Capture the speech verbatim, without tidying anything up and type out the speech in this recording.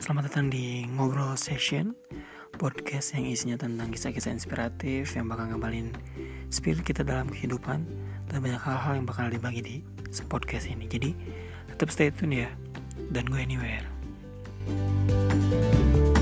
Selamat datang di Ngobrol Session, podcast yang isinya tentang kisah-kisah inspiratif yang bakal ngembalin spirit kita dalam kehidupan dan banyak hal-hal yang bakal dibagi di podcast ini. Jadi tetap stay tune ya, dan go anywhere.